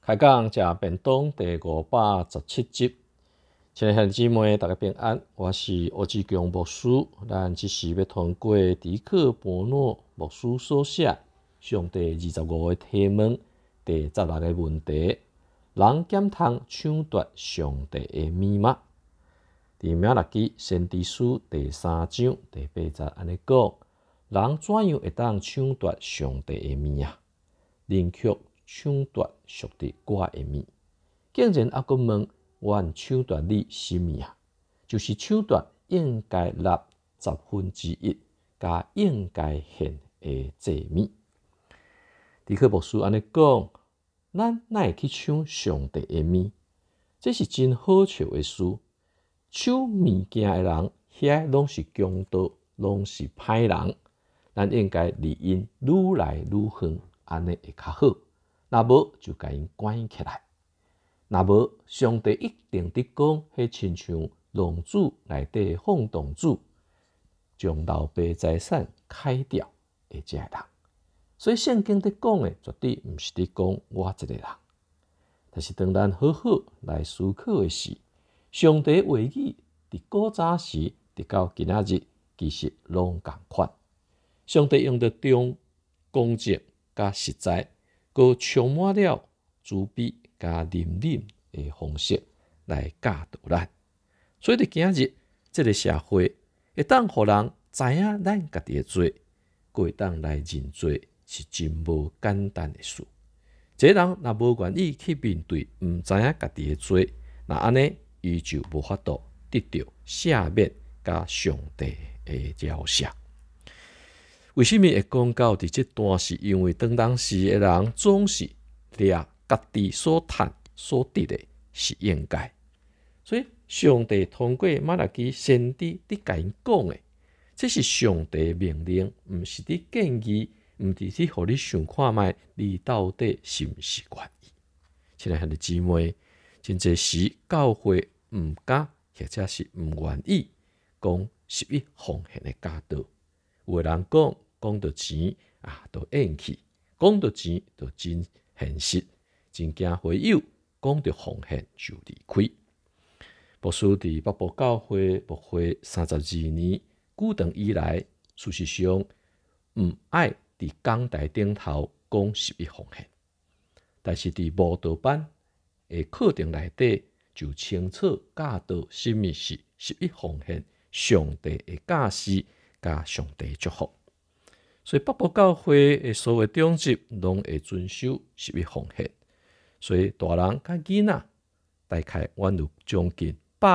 开讲食便当第517集，亲爱的姊妹，大家平安，我是欧志强牧师。咱即时要通过迪克·波诺牧师所写《上帝25个提问》第16个问题：人检通抢夺上帝的密码。伫明勒记先知书第3章第8节安尼讲：人怎样会当抢夺上帝的物啊？宁却抢夺属伫我的物，竟然还阁问阮抢夺你什物啊？就是抢夺应该纳1/10，加应该献的祭物。迪克牧师安尼讲，咱哪会去抢上帝的物？这是真好笑的事。抢物件的人，遐拢是强盗，拢是歹人。咱应该离因愈来愈远，安尼会较好。若无就甲因关起来。若无，上帝一定得讲，迄亲像浪子内底放荡子，将老爸财产开掉的这个人。所以圣经得讲的，绝对毋是伫讲我这个人。但是当咱好好来思考的是，上帝话语伫古早时，直到今仔日，其实拢共款。上帝用着中公正甲实在，佮充满了慈悲甲怜悯的方式来教导咱。所以伫今日这个社会，会当互人知影咱家己的罪，佮会当来认罪，是真无简单的事。一个人若无愿意去面对毋知影家己的罪，那安尼伊就无法度得到赦免甲上帝的饶赦。为什么会讲到伫这段？是因为当时的人总是掠家己所趁所得的是应该，所以上帝通过马拉基先知伫甲因讲的，这是上帝命令，毋是伫建议，毋是去互你想看卖，你到底是毋是愿意？亲爱的姊妹，真济时教会毋敢，或者是毋愿意讲11奉献的教导。有的人讲到钱就厌去，讲到钱就真现实，真惊会友讲到奉献就离开。牧师伫北部教会牧会32年，久长以来，事实上毋爱伫讲台顶头讲11奉献，但是伫慕道班的课程内底，就清楚教导什么是11奉献，上帝的教示甲上帝祝福。所以北部教会的所有长执拢会遵守11奉献，所以大人甲囡仔，大概阮有将近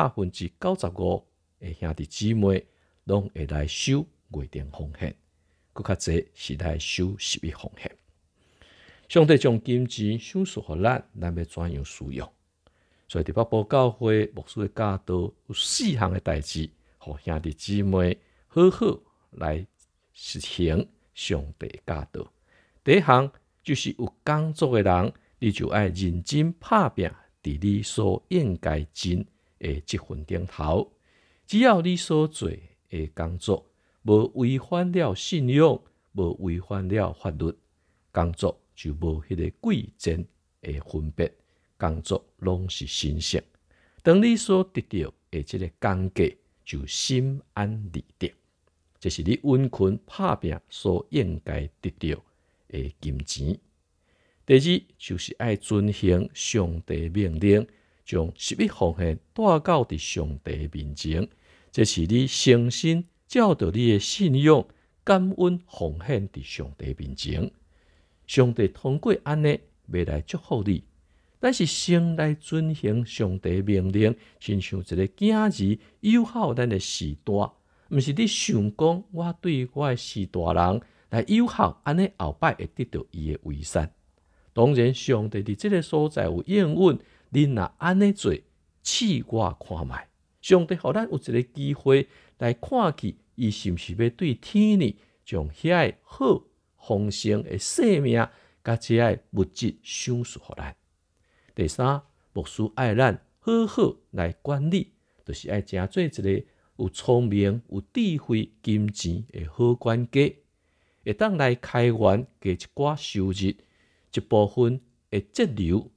95%的兄弟姊妹拢会来守月定奉献，佫较济是来守11奉献。上帝将金钱赏赐予咱，咱要怎样使用？所以伫北部教会牧师的教导有4项的代志，互兄弟姊妹好好来实行上帝教导。第一项就是有工作的人，你就要认真拍拼，伫你所应该尽的这份顶头。只要你所做的工作无违反了信仰，无违反了法律，工作就无迄个贵贱的分别，工作拢是神圣。当你所得到的这个工价，就心安理得。这是你温勤拍拼所应该得到的金钱。第二就是爱遵行上帝命令，将11奉献带到伫上帝面前。这是你诚心照着你的信仰感恩奉献伫上帝面前。上帝通过安尼要来祝福你，但是先来遵行上帝命令，亲像一个囝儿友好咱的士大。毋是你想讲，我对我的士大人来友好，安尼后摆会得到伊的为善。当然，上帝伫这个所在有应允，恁若安尼做，试我看卖。上帝互咱有一个机会来看去，伊是毋是要对天呢，将遐个好丰盛的生命，甲这个物质赏赐互咱。第三，牧师爱咱好好来管理，就是爱真做一个有聪明、有智慧、金钱的好管家，会当来开源，加一寡收入，一部分会节流，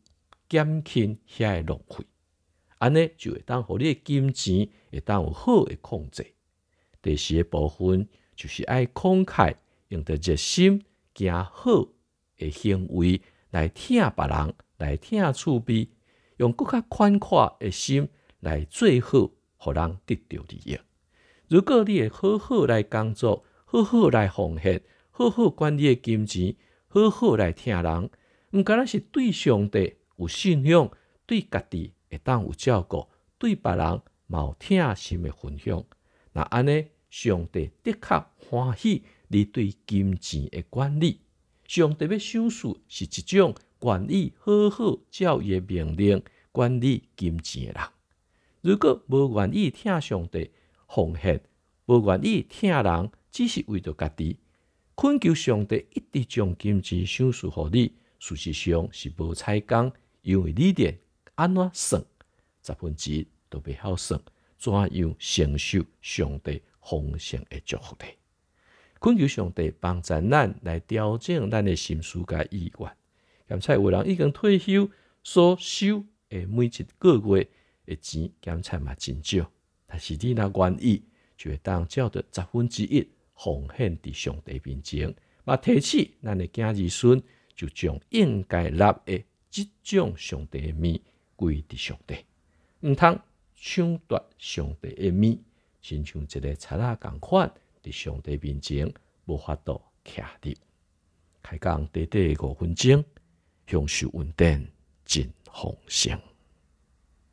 减轻遐个浪费，安尼就会当互你的金钱会当有好的控制。第四个部分就是爱慷慨，用着热心行好的行为来疼别人，来疼厝边，用更较宽阔的心来做好，互人得到利益。如果你会好好来工作，好好来奉献，好好管理的金钱，好好来疼人，毋敢若是对上帝有信仰，对家己会当有照顾，对别人嘛有疼心的分享。那安尼，上帝的确欢喜你对金钱的管理。上帝要赏赐是一种愿意好好照伊的命令管理金钱的人。如果无愿意听上帝奉献，无愿意听人，只是为着家己，恳求上帝一直将金钱赏赐予你，事实上是无采工，因为你连安怎算1/10都袂晓算，怎样承受上帝丰盛的祝福呢？恳求上帝帮助咱来调整咱的心思甲意愿。检查有人已经退休所收的每一个月的钱，检查嘛真少，但是你若愿意，就会当照着1/10奉献伫上帝面前，嘛提起咱的囝儿孙，就将应该纳的这种上帝的面归伫上帝，毋通抢夺上帝的面，亲像一个贼仔共款，伫上帝面前无法度徛立。开讲短短5分钟，享受稳定真丰盛。